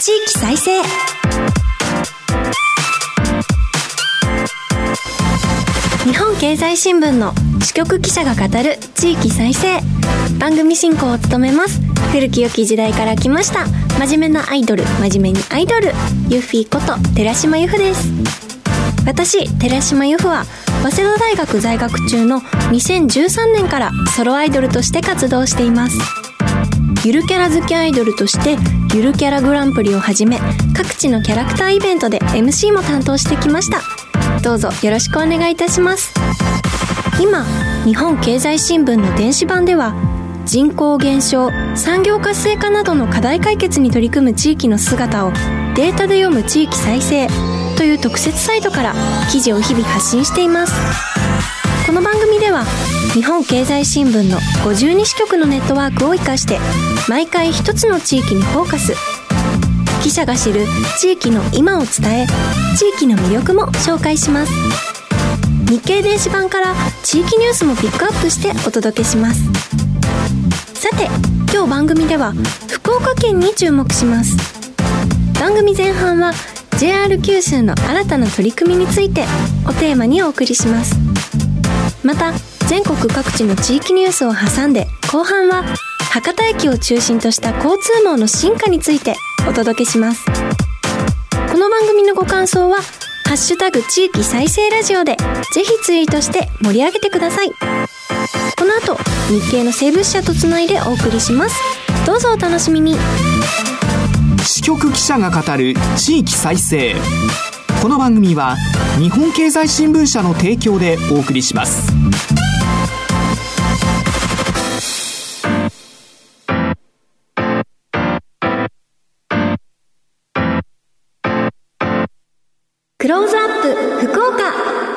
地域再生。日本経済新聞の支局記者が語る地域再生。番組進行を務めます古き良き時代から来ました真面目なアイドル、真面目にアイドル、ユッフィーこと寺島由布です。私寺島由布は早稲田大学在学中の2013年からソロアイドルとして活動しています。ゆるキャラ好きアイドルとしてゆるキャラグランプリをはじめ、各地のキャラクターイベントで MC も担当してきました。どうぞよろしくお願いいたします。今日本経済新聞の電子版では、人口減少、産業活性化などの課題解決に取り組む地域の姿をデータで読む地域再生という特設サイトから記事を日々発信しています。この番組では日本経済新聞の52支局のネットワークを生かして、毎回一つの地域にフォーカス。記者が知る地域の今を伝え、地域の魅力も紹介します。日経電子版から地域ニュースもピックアップしてお届けします。さて今日番組では福岡県に注目します。番組前半は JR 九州の新たな取り組みについてをテーマにお送りします。また全国各地の地域ニュースを挟んで、後半は博多駅を中心とした交通網の進化についてお届けします。この番組のご感想はハッシュタグ地域再生ラジオでぜひツイートして盛り上げてください。この後日経の生物社とつないでお送りします。どうぞお楽しみに。 支局記者が語る地域再生。この番組は日本経済新聞社の提供でお送りします。 クローズアップ福岡。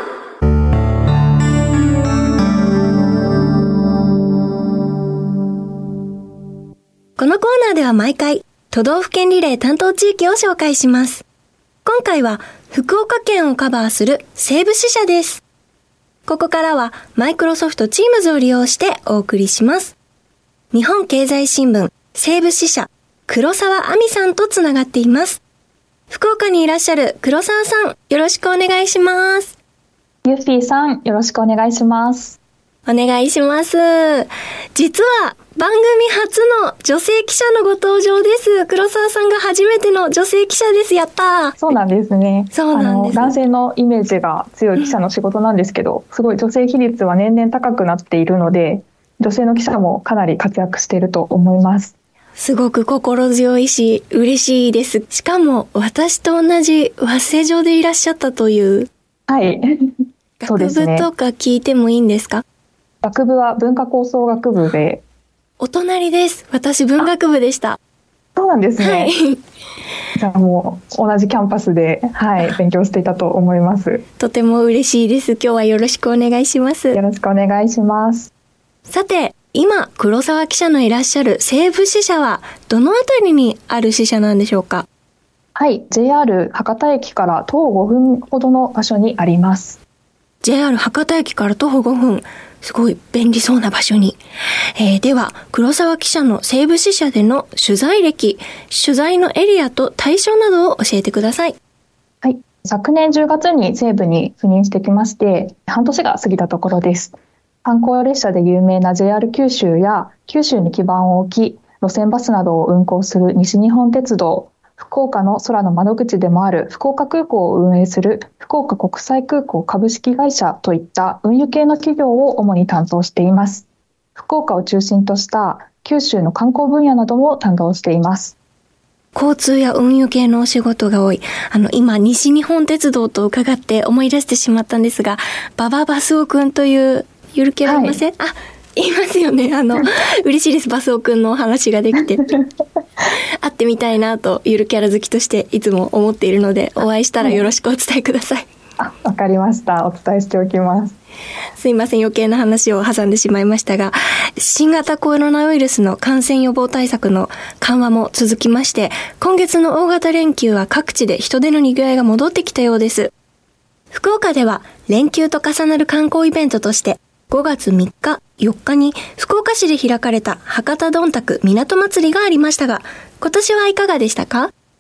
このコーナーでは毎回都道府県リレー担当地域を紹介します。今回は福岡県をカバーする西部支社です。ここからはマイクロソフト Teams を利用してお送りします。日本経済新聞西部支社黒沢亜美さんとつながっています。福岡にいらっしゃる黒沢さん、よろしくお願いします。 ユッフィーさん、よろしくお願いします。 お願いします。実は番組初の女性記者のご登場です。黒沢さんが初めての女性記者です。やったー。 そうなんですね。 そうなんです。 男性のイメージが強い記者の仕事なんですけど、すごい女性比率は年々高くなっているので、女性の記者もかなり活躍していると思います。 すごく心強いし嬉しいです。しかも私と同じ早稲女でいらっしゃったという。 はい。 学部とか聞いてもいいんですか？ 学部は文化構想学部で。 お隣です。私文学部でした。 そうなんですね。 はい。 じゃあもう同じキャンパスで、勉強していたと思います。 とても嬉しいです。今日はよろしくお願いします。 よろしくお願いします。 さて、今黒沢記者のいらっしゃる西部支社はどのあたりにある支社なんでしょうか？ はい、JR 博多駅から徒歩5分ほどの場所にあります。 JR 博多駅から徒歩5分。すごい便利そうな場所に。では、黒沢記者の西部支社での取材歴、取材のエリアと対象などを教えてください。 はい、昨年10月に西部に赴任してきまして、半年が過ぎたところです。観光列車で有名な JR 九州や九州に基盤を置き、路線バスなどを運行する西日本鉄道、福岡の空の窓口でもある福岡空港を運営する福岡国際空港株式会社といった運輸系の企業を主に担当しています。福岡を中心とした九州の観光分野なども担当しています。 交通や運輸系のお仕事が多い。今西日本鉄道と伺って思い出してしまったんですが、馬場バスオくんというゆるキャラいません？いますよね。嬉しいです。バスオくんのお話ができて。会ってみたいなと、ゆるキャラ好きとしていつも思っているので、お会いしたらよろしくお伝えください。 わかりました。お伝えしておきます。 すいません。余計な話を挟んでしまいましたが、新型コロナウイルスの感染予防対策の緩和も続きまして、今月の大型連休は各地で人出の賑わいが戻ってきたようです。福岡では連休と重なる観光イベントとして、5月3日、4日に福岡市で開かれた博多どんたく港祭りがありましたが、今年はいかがでしたか？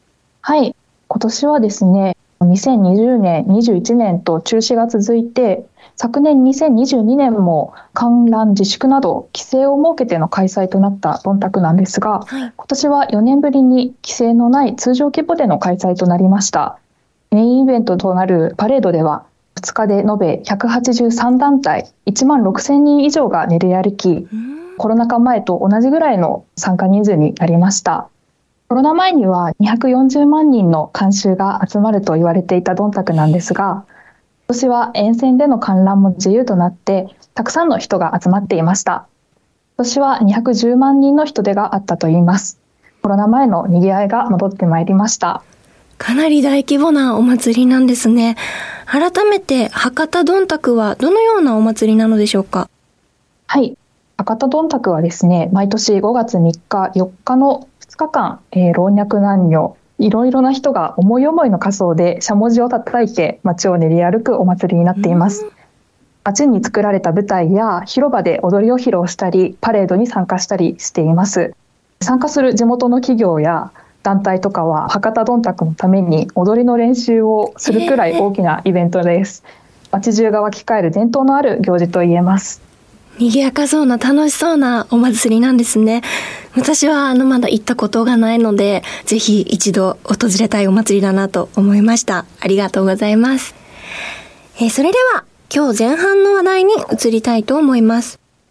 はい、今年はですね、2020年、21年と中止が続いて、昨年2022年も観覧自粛など規制を設けての開催となったどんたくなんですが、 はい。 今年は4年ぶりに規制のない通常規模での開催となりました。メインイベントとなるパレードでは、2日で延べ183団体、1万6000人以上が練り歩き、コロナ禍前と同じぐらいの参加人数になりました。コロナ前には240万人の観衆が集まると言われていたどんたくなんですが、今年は沿線での観覧も自由となって、たくさんの人が集まっていました。今年は210万人の人出があったといいます。コロナ前の賑わいが戻ってまいりました。 かなり大規模なお祭りなんですね。改めて博多どんたくはどのようなお祭りなのでしょうか？ はい、博多どんたくはですね、毎年5月3日、4日の2日間、老若男女、いろいろな人が思い思いの仮装でしゃもじを叩いて街を練り歩くお祭りになっています。街に作られた舞台や広場で踊りを披露したり、パレードに参加したりしています。参加する地元の企業や団体とかは博多どんたくのために踊りの練習をするくらい大きなイベントです。街中が沸き返る伝統のある行事といえます。 賑やかそうな楽しそうなお祭りなんですね。私はまだ行ったことがないので、ぜひ一度訪れたいお祭りだなと思いました。ありがとうございます。それでは今日前半の話題に移りたいと思います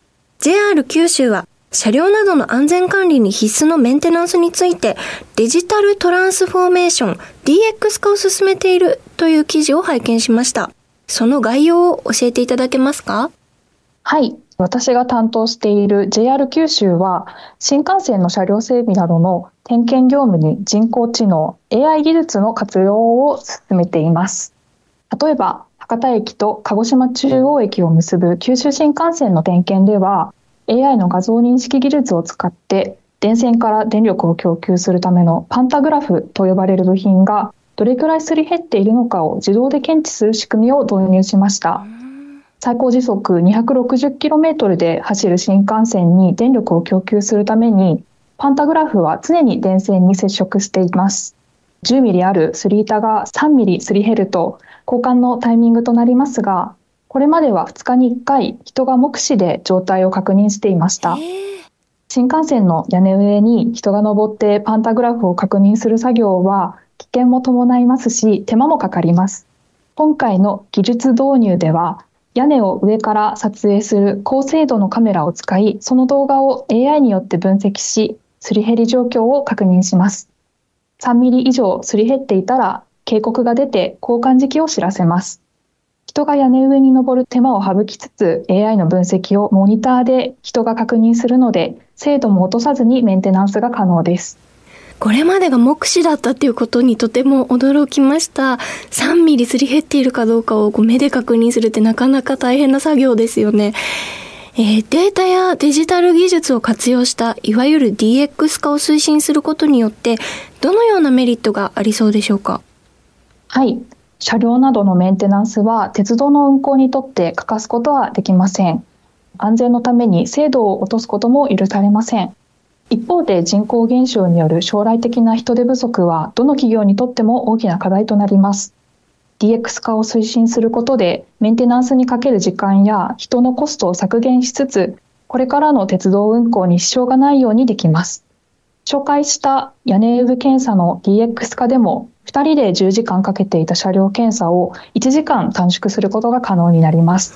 。JR 九州は車両などの安全管理に必須のメンテナンスについてデジタルトランスフォーメーション DX 化を進めているという記事を拝見しました。その概要を教えていただけますか？ はい、私が担当している JR 九州は新幹線の車両整備などの点検業務に人工知能 AI 技術の活用を進めています。例えば博多駅と鹿児島中央駅を結ぶ九州新幹線の点検では AI の画像認識技術を使って電線から電力を供給するためのパンタグラフと呼ばれる部品がどれくらいすり減っているのかを自動で検知する仕組みを導入しました。最高時速 260km で走る新幹線に電力を供給するためにパンタグラフは常に電線に接触しています。10ミリあるすり板が3ミリすり減ると交換のタイミングとなりますが、これまでは2日に1回人が目視で状態を確認していました。新幹線の屋根上に人が登ってパンタグラフを確認する作業は危険も伴いますし手間もかかります。今回の技術導入では屋根を上から撮影する高精度のカメラを使い、その動画を AI によって分析し、すり減り状況を確認します。3ミリ以上すり減っていたら、警告が出て交換時期を知らせます。人が屋根上に登る手間を省きつつ、AI の分析をモニターで人が確認するので、精度も落とさずにメンテナンスが可能です。 これまでが目視だったっていうことにとても驚きました。3ミリすり減っているかどうかを目で確認するってなかなか大変な作業ですよね。データやデジタル技術を活用したいわゆる DX 化を推進することによってどのようなメリットがありそうでしょうか？ はい、車両などのメンテナンスは鉄道の運行にとって欠かすことはできません。安全のために精度を落とすことも許されません。一方で人口減少による将来的な人手不足はどの企業にとっても大きな課題となります。DX 化を推進することでメンテナンスにかける時間や人のコストを削減しつつ、これからの鉄道運行に支障がないようにできます。紹介した屋根上検査の DX 化でも2人で10時間かけていた車両検査を1時間短縮することが可能になります。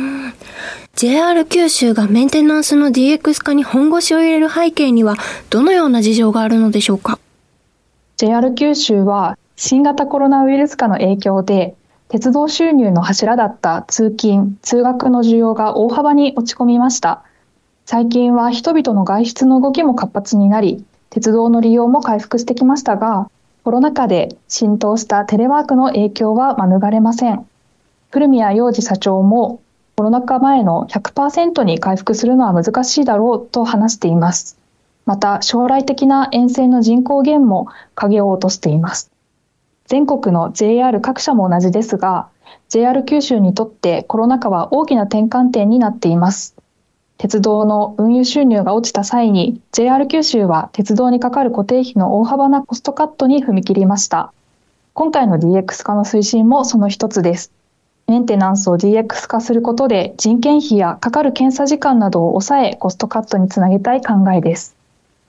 JR 九州がメンテナンスの DX 化に本腰を入れる背景にはどのような事情があるのでしょうか？ JR 九州は新型コロナウイルス化の影響で鉄道収入の柱だった通勤・通学の需要が大幅に落ち込みました。最近は人々の外出の動きも活発になり、鉄道の利用も回復してきましたが、コロナ禍で浸透したテレワークの影響は免れません。古宮洋二社長もコロナ禍前の 100% に回復するのは難しいだろうと話しています。また将来的な沿線の人口減も影を落としています。全国の JR 各社も同じですが、JR 九州にとってコロナ禍は大きな転換点になっています。 鉄道の運輸収入が落ちた際に JR 九州は鉄道にかかる固定費の大幅なコストカットに踏み切りました。今回の DX 化の推進もその一つです。メンテナンスを DX 化することで人件費やかかる検査時間などを抑えコストカットにつなげたい考えです。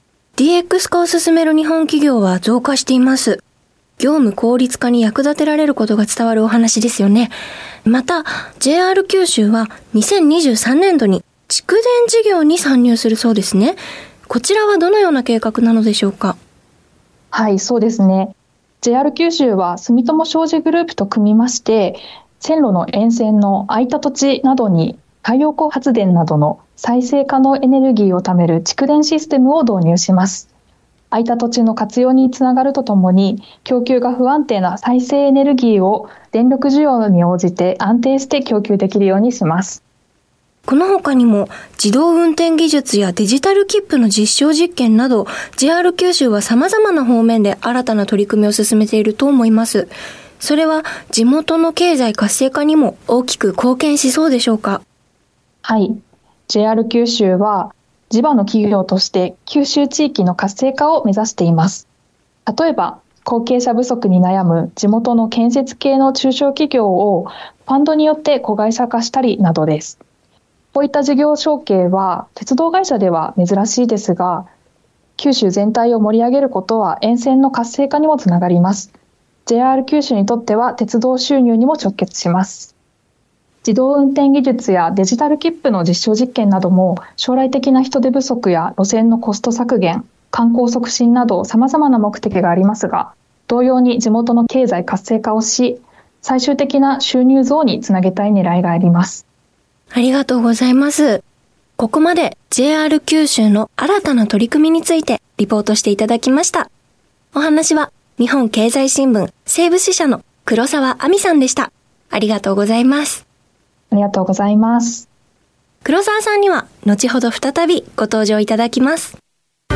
DX 化を進める日本企業は増加しています。業務効率化に役立てられることが伝わるお話ですよね。また JR 九州は2023年度に蓄電事業に参入するそうですね。こちらはどのような計画なのでしょうか？ はい、そうですね。JR 九州は住友商事グループと組みまして、線路の沿線の空いた土地などに太陽光発電などの再生可能エネルギーを貯める蓄電システムを導入します。空いた土地の活用につながるとともに、供給が不安定な再生エネルギーを電力需要に応じて安定して供給できるようにします。 この他にも自動運転技術やデジタル切符の実証実験など JR 九州は様々な方面で新たな取り組みを進めていると思います。それは地元の経済活性化にも大きく貢献しそうでしょうか？ はい、JR 九州は地場の企業として九州地域の活性化を目指しています。例えば後継者不足に悩む地元の建設系の中小企業をファンドによって子会社化したりなどです。こういった事業承継は鉄道会社では珍しいですが、九州全体を盛り上げることは沿線の活性化にもつながります。JR 九州にとっては鉄道収入にも直結します。自動運転技術やデジタル切符の実証実験なども将来的な人手不足や路線のコスト削減、観光促進など様々な目的がありますが、同様に地元の経済活性化をし、最終的な収入増につなげたい狙いがあります。 ありがとうございます。ここまで JR 九州の新たな取り組みについてリポートしていただきました。お話は日本経済新聞西部支社の黒沢亜美さんでした。ありがとうございます。 ありがとうございます。 黒沢さんには後ほど再びご登場いただきます。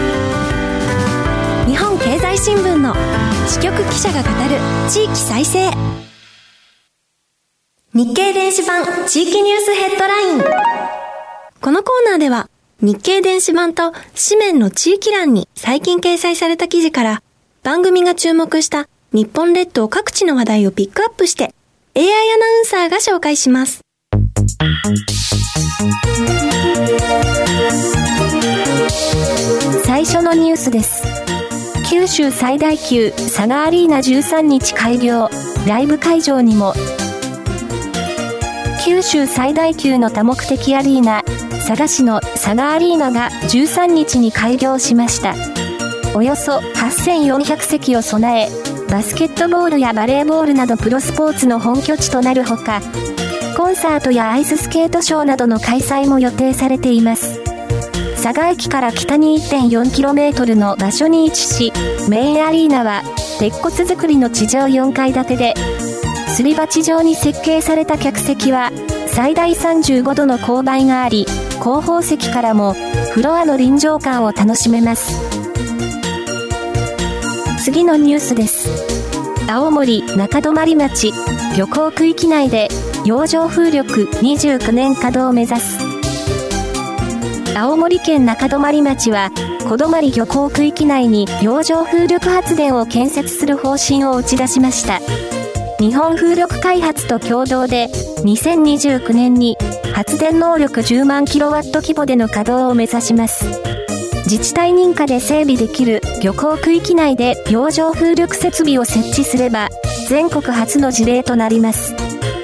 日本経済新聞の支局記者が語る地域再生。日経電子版地域ニュースヘッドライン。このコーナーでは日経電子版と紙面の地域欄に最近掲載された記事から番組が注目した日本列島各地の話題をピックアップして AI アナウンサーが紹介します。最初のニュースです。九州最大級サガアリーナ13日開業、ライブ会場にも。九州最大級の多目的アリーナ、佐賀市のサガアリーナが13日に開業しました。およそ8400席を備え、バスケットボールやバレーボールなどプロスポーツの本拠地となるほか、コンサートやアイススケートショーなどの開催も予定されています。佐賀駅から北に 1.4km の場所に位置し、メインアリーナは鉄骨造りの地上4階建てで、すり鉢状に設計された客席は最大35度の勾配があり、後方席からもフロアの臨場感を楽しめます。次のニュースです。青森中泊町漁港区域内で洋上風力29年稼働を目指す。青森県中泊町は小泊漁港区域内に洋上風力発電を建設する方針を打ち出しました。日本風力開発と共同で2029年に発電能力10万キロワット規模での稼働を目指します。自治体認可で整備できる漁港区域内で洋上風力設備を設置すれば全国初の事例となります。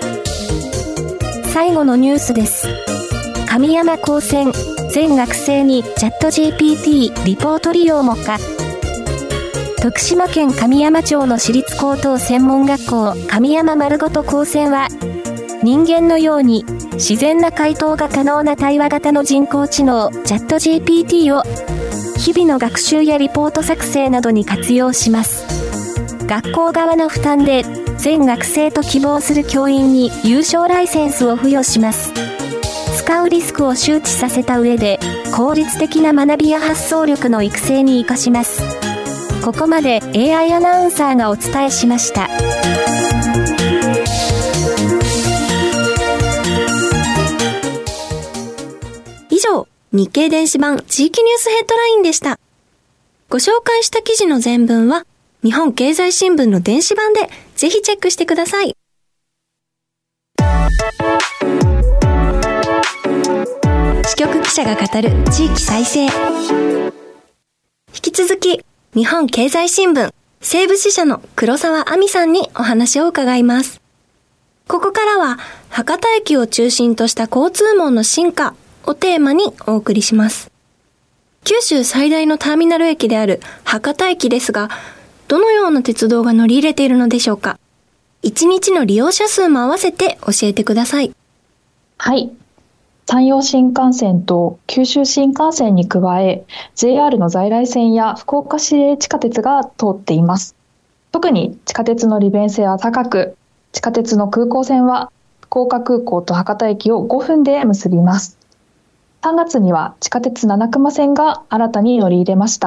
最後のニュースです。神山高専全学生にチャット GPT リポート利用も可。徳島県神山町の私立高等専門学校神山まるごと高専は、人間のように自然な回答が可能な対話型の人工知能チャット GPT を日々の学習やリポート作成などに活用します。学校側の負担で全学生と希望する教員に有償ライセンスを付与します。使うリスクを周知させた上で効率的な学びや発想力の育成に生かします。ここまで AI アナウンサーがお伝えしました。以上、 日経電子版地域ニュースヘッドラインでした。ご紹介した記事の全文は日本経済新聞の電子版でぜひチェックしてください。支局記者が語る地域再生。引き続き日本経済新聞西部支社の黒沢亜美さんにお話を伺います。ここからは博多駅を中心とした交通網の進化をテーマにお送りします。九州最大のターミナル駅である博多駅ですが、どのような鉄道が乗り入れているのでしょうか。1日の利用者数も合わせて教えてください。 はい。山陽新幹線と九州新幹線に加え、JR の在来線や福岡市営地下鉄が通っています。特に地下鉄の利便性は高く、地下鉄の空港線は福岡空港と博多駅を5分で結びます。3月には地下鉄七隈線が新たに乗り入れました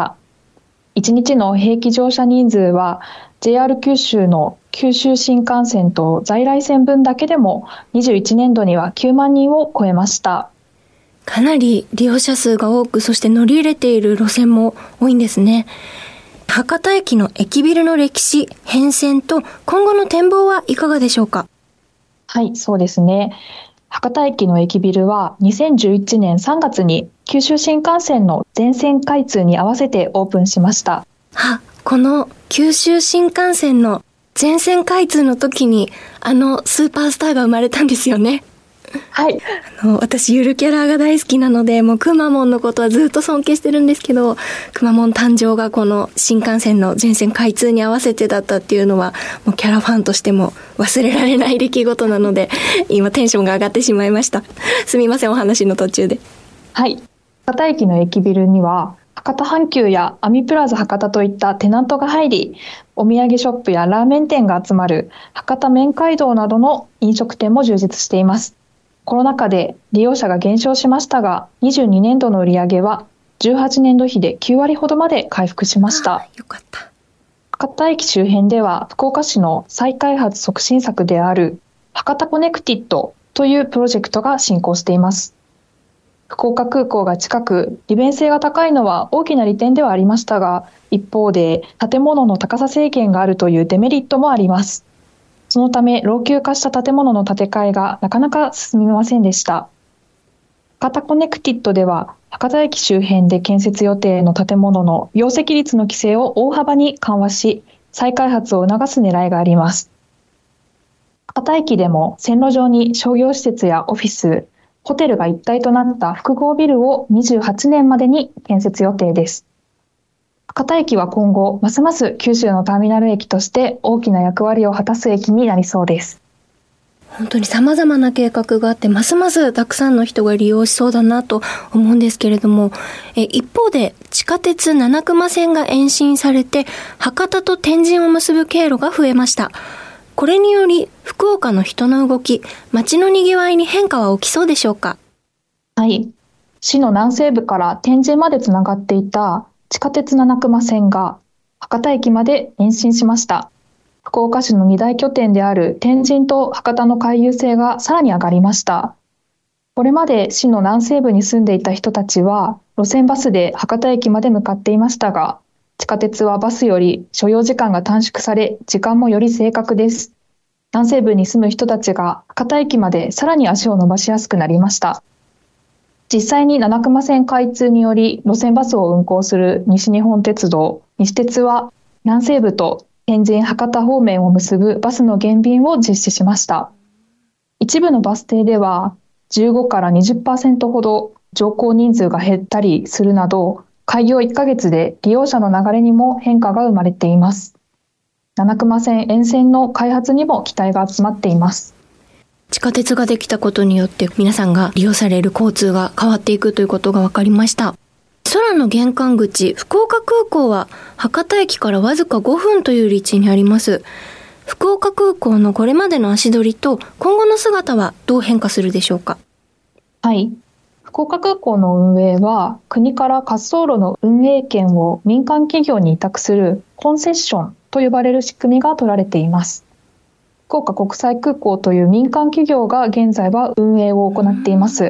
。1日の平均乗車人数は JR 九州の九州新幹線と在来線分だけでも21年度には9万人を超えました。 かなり利用者数が多く、そして乗り入れている路線も多いんですね。博多駅の駅ビルの歴史、変遷と今後の展望はいかがでしょうか。 はい、そうですね。博多駅の駅ビルは2011年3月に九州新幹線の全線開通に合わせてオープンしました。 この九州新幹線の全線開通の時にスーパースターが生まれたんですよね。 はい。 私ゆるキャラが大好きなので、もうくまモンのことはずっと尊敬してるんですけど、くまモン誕生がこの新幹線の全線開通に合わせてだったっていうのは、もうキャラファンとしても忘れられない出来事なので、今テンションが上がってしまいました。すみません、お話の途中で。 はい。博多駅の駅ビルには、博多阪急やアミプラザ博多といったテナントが入り、お土産ショップやラーメン店が集まる博多麺街道などの飲食店も充実しています。コロナ禍で利用者が減少しましたが、22年度の売上は18年度比で9割ほどまで回復しました。 よかった。 博多駅周辺では福岡市の再開発促進策である博多コネクティッドというプロジェクトが進行しています。福岡空港が近く、利便性が高いのは大きな利点ではありましたが、一方で建物の高さ制限があるというデメリットもあります。そのため老朽化した建物の建て替えがなかなか進みませんでした。博多コネクティッドでは博多駅周辺で建設予定の建物の容積率の規制を大幅に緩和し、再開発を促す狙いがあります。博多駅でも線路上に商業施設やオフィス、ホテルが一体となった複合ビルを28年までに建設予定です。博多駅は今後、ますます九州のターミナル駅として大きな役割を果たす駅になりそうです。 本当に様々な計画があって、ますますたくさんの人が利用しそうだなと思うんですけれども、一方で地下鉄七隈線が延伸されて、博多と天神を結ぶ経路が増えました。これにより福岡の人の動き、街の賑わいに変化は起きそうでしょうか。 はい。市の南西部から天神までつながっていた地下鉄七隈線が博多駅まで延伸しました。福岡市の二大拠点である天神と博多の回遊性がさらに上がりました。これまで市の南西部に住んでいた人たちは路線バスで博多駅まで向かっていましたが、地下鉄はバスより所要時間が短縮され、時間もより正確です。南西部に住む人たちが博多駅までさらに足を伸ばしやすくなりました。実際に七隈線開通により路線バスを運行する西日本鉄道、西鉄は南西部と天神博多方面を結ぶバスの減便を実施しました。一部のバス停では15から 20% ほど乗降人数が減ったりするなど、開業1ヶ月で利用者の流れにも変化が生まれています。七隈線沿線の開発にも期待が集まっています。 地下鉄ができたことによって皆さんが利用される交通が変わっていくということが分かりました。空の玄関口、福岡空港は博多駅からわずか5分という立地にあります。福岡空港のこれまでの足取りと今後の姿はどう変化するでしょうか。 はい。福岡空港の運営は国から滑走路の運営権を民間企業に委託するコンセッションと呼ばれる仕組みが取られています。福岡国際空港という民間企業が現在は運営を行っています。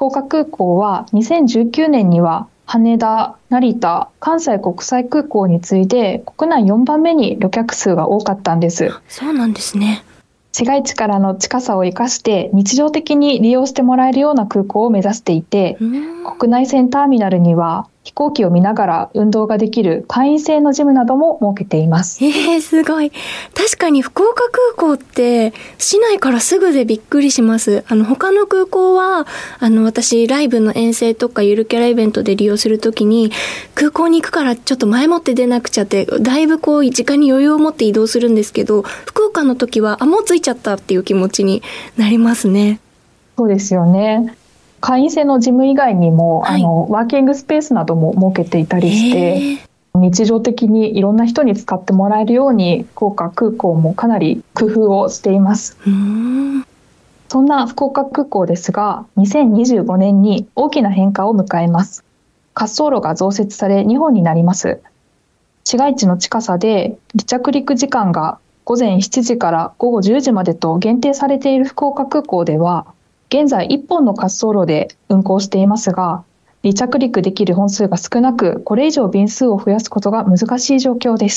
福岡空港は2019年には羽田、成田、関西国際空港に次いで国内4番目に旅客数が多かったんです。 そうなんですね。 市街地からの近さを生かして日常的に利用してもらえるような空港を目指していて、国内線ターミナルには飛行機を見ながら運動ができる会員制のジムなども設けています。 すごい。確かに福岡空港って市内からすぐでびっくりします。他の空港は私ライブの遠征とかゆるキャライベントで利用するときに空港に行くからちょっと前もって出なくちゃってだいぶ時間に余裕を持って移動するんですけど、福岡の時はもう着いちゃったっていう気持ちになりますね。 そうですよね。会員制のジム以外にも、ワーキングスペースなども設けていたりして日常的にいろんな人に使ってもらえるように福岡空港もかなり工夫をしています。そんな福岡空港ですが2025年に大きな変化を迎えます。滑走路が増設され2本になります。市街地の近さで離着陸時間が午前7時から午後10時までと限定されている福岡空港では現在1本の滑走路で運航していますが、離着陸できる本数が少なく、これ以上便数を増やすことが難しい状況です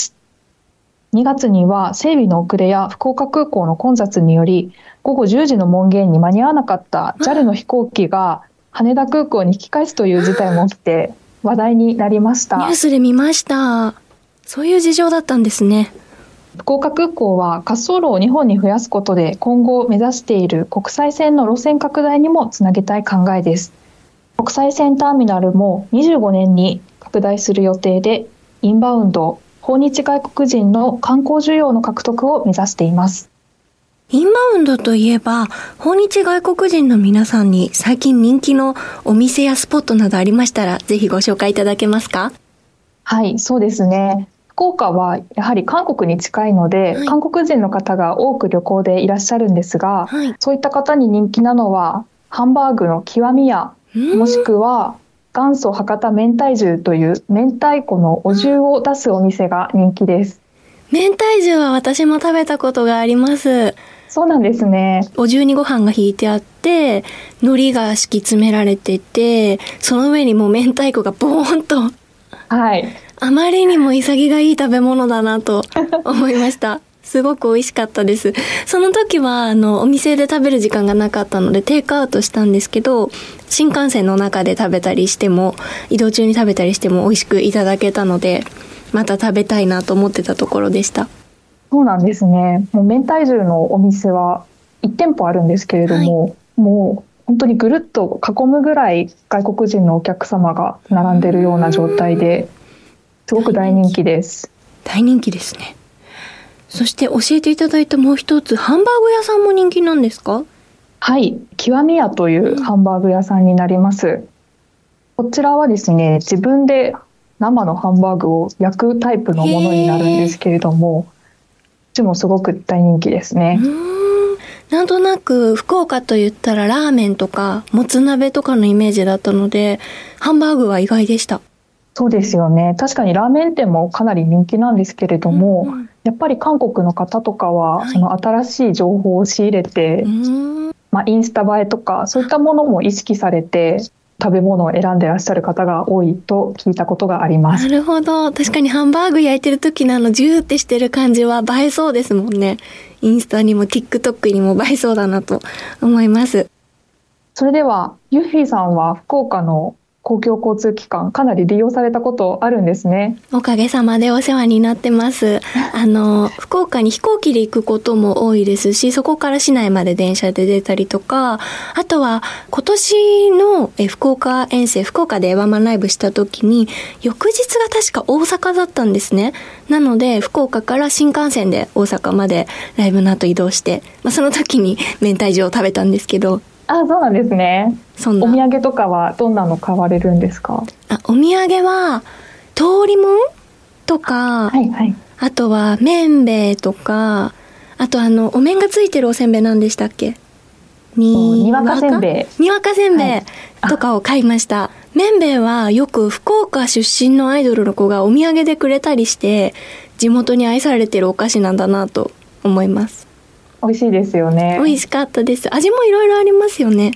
。2月には整備の遅れや福岡空港の混雑により、午後10時の門限に間に合わなかった JAL の飛行機が羽田空港に引き返すという事態も起きて話題になりました。 ニュースで見ました。そういう事情だったんですね。 福岡空港は滑走路を2本に増やすことで今後目指している国際線の路線拡大にもつなげたい考えです。国際線ターミナルも25年に拡大する予定でインバウンド、訪日外国人の観光需要の獲得を目指しています。 インバウンドといえば訪日外国人の皆さんに最近人気のお店やスポットなどありましたらぜひご紹介いただけますか？ はい、そうですね。福岡はやはり韓国に近いので、韓国人の方が多く旅行でいらっしゃるんですが、そういった方に人気なのはハンバーグの極み屋、もしくは元祖博多明太重という明太子のお重を出すお店が人気です。 明太重は私も食べたことがあります。 そうなんですね。 お重にご飯が引いてあって海苔が敷き詰められてて、その上にもう明太子がボーンと、あまりにも潔がいい食べ物だなと思いました。すごく美味しかったです。その時はお店で食べる時間がなかったのでテイクアウトしたんですけど、新幹線の中で食べたりしても移動中に食べたりしても美味しくいただけたのでまた食べたいなと思ってたところでした。 そうなんですね。もう明太重のお店は1店舗あるんですけれども、もう本当にぐるっと囲むぐらい外国人のお客様が並んでいるような状態ですごく大人気です。 大人気ですね。そして教えていただいたもう一つ、ハンバーグ屋さんも人気なんですか？ はい、極み屋というハンバーグ屋さんになります。こちらはですね、自分で生のハンバーグを焼くタイプのものになるんですけれども、こっちもすごく大人気ですね。 なんとなく福岡と言ったらラーメンとかもつ鍋とかのイメージだったので、ハンバーグは意外でした。 そうですよね。確かにラーメン店もかなり人気なんですけれども、やっぱり韓国の方とかはその新しい情報を仕入れて、インスタ映えとかそういったものも意識されて食べ物を選んでいらっしゃる方が多いと聞いたことがあります。 なるほど。確かにハンバーグ焼いてる時のジューってしてる感じは映えそうですもんね。インスタにも TikTok にも映えそうだなと思います。 それではユッフィーさんは福岡の公共交通機関かなり利用されたことあるんですね。 おかげさまでお世話になってます。福岡に飛行機で行くことも多いですし、そこから市内まで電車で出たりとか、あとは今年の福岡遠征、福岡でワンマンライブした時に翌日が確か大阪だったんですね。なので福岡から新幹線で大阪までライブの後移動して、その時に明太重を食べたんですけど。 そうなんですね。お土産とかはどんなの買われるんですか？ お土産は通りもんとか、あとは麺べいとか、あとお面がついてるおせんべい何でしたっけ？ にわかせんべい。 にわかせんべいとかを買いました。麺べいはよく福岡出身のアイドルの子がお土産でくれたりして地元に愛されてるお菓子なんだなと思います。 美味しいですよね。 美味しかったです。味もいろいろありますよね。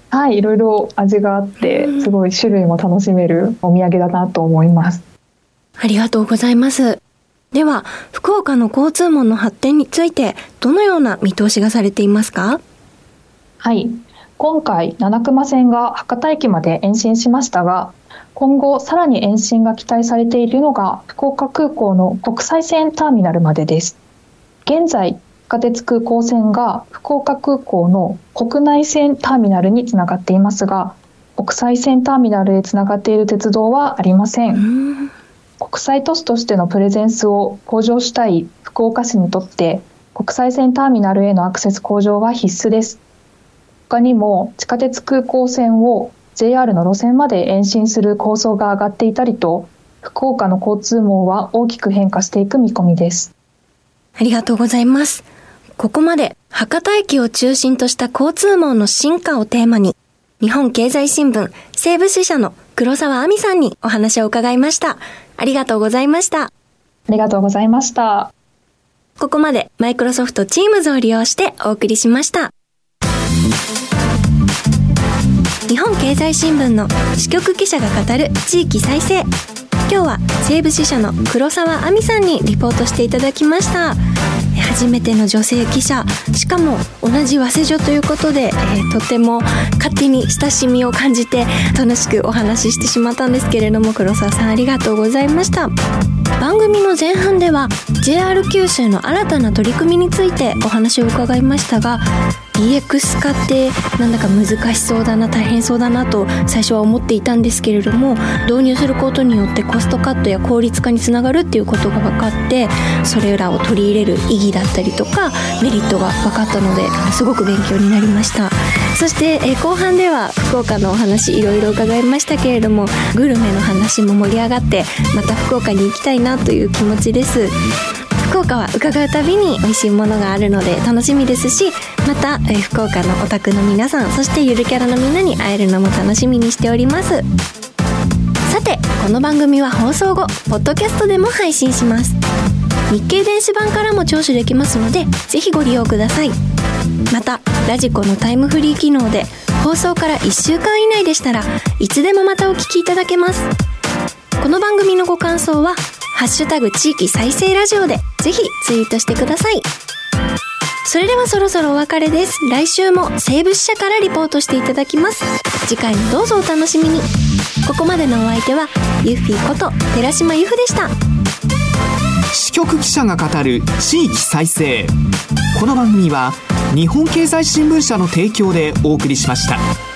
はい、いろいろ味があってすごい種類も楽しめるお土産だなと思います。 ありがとうございます。では福岡の交通網の発展についてどのような見通しがされていますか？ はい、今回七隈線が博多駅まで延伸しましたが、今後さらに延伸が期待されているのが福岡空港の国際線ターミナルまでです。現在地下鉄空港線が福岡空港の国内線ターミナルにつながっていますが、国際線ターミナルへつながっている鉄道はありません。国際都市としてのプレゼンスを向上したい福岡市にとって国際線ターミナルへのアクセス向上は必須です。他にも地下鉄空港線を JR の路線まで延伸する構想が上がっていたりと、福岡の交通網は大きく変化していく見込みです。 ありがとうございます。ここまで博多駅を中心とした交通網の進化をテーマに、日本経済新聞西部支社の黒澤亜美さんにお話を伺いました。ありがとうございました。 ありがとうございました。 ここまでマイクロソフト Teams を利用してお送りしました。日本経済新聞の支局記者が語る地域再生。今日は西部支社の黒澤亜美さんにリポートしていただきました。初めての女性記者、しかも同じ早稲女ということで、とても勝手に親しみを感じて楽しくお話ししてしまったんですけれども、黒澤さんありがとうございました。番組の前半では JR 九州の新たな取り組みについてお話を伺いましたが、DX 化ってなんだか難しそうだな、大変そうだなと最初は思っていたんですけれども、導入することによってコストカットや効率化につながるっていうことが分かって、それらを取り入れる意義だったりとかメリットが分かったので、すごく勉強になりました。そして、後半では福岡のお話いろいろ伺いましたけれども、グルメの話も盛り上がって、また福岡に行きたいなという気持ちです。福岡は伺うたびに美味しいものがあるので楽しみですし、また、福岡のオタクの皆さん、そしてゆるキャラのみんなに会えるのも楽しみにしております。さて、この番組は放送後ポッドキャストでも配信します。日経電子版からも聴取できますので、ぜひご利用ください。またラジコのタイムフリー機能で放送から1週間以内でしたらいつでもまたお聞きいただけます。この番組のご感想はハッシュタグ地域再生ラジオでぜひツイートしてください。それではそろそろお別れです。来週も西部支社からリポートしていただきます。次回もどうぞお楽しみに。ここまでのお相手はユッフィーこと寺島由布でした。 支局記者が語る地域再生。この番組は日本経済新聞社の提供でお送りしました。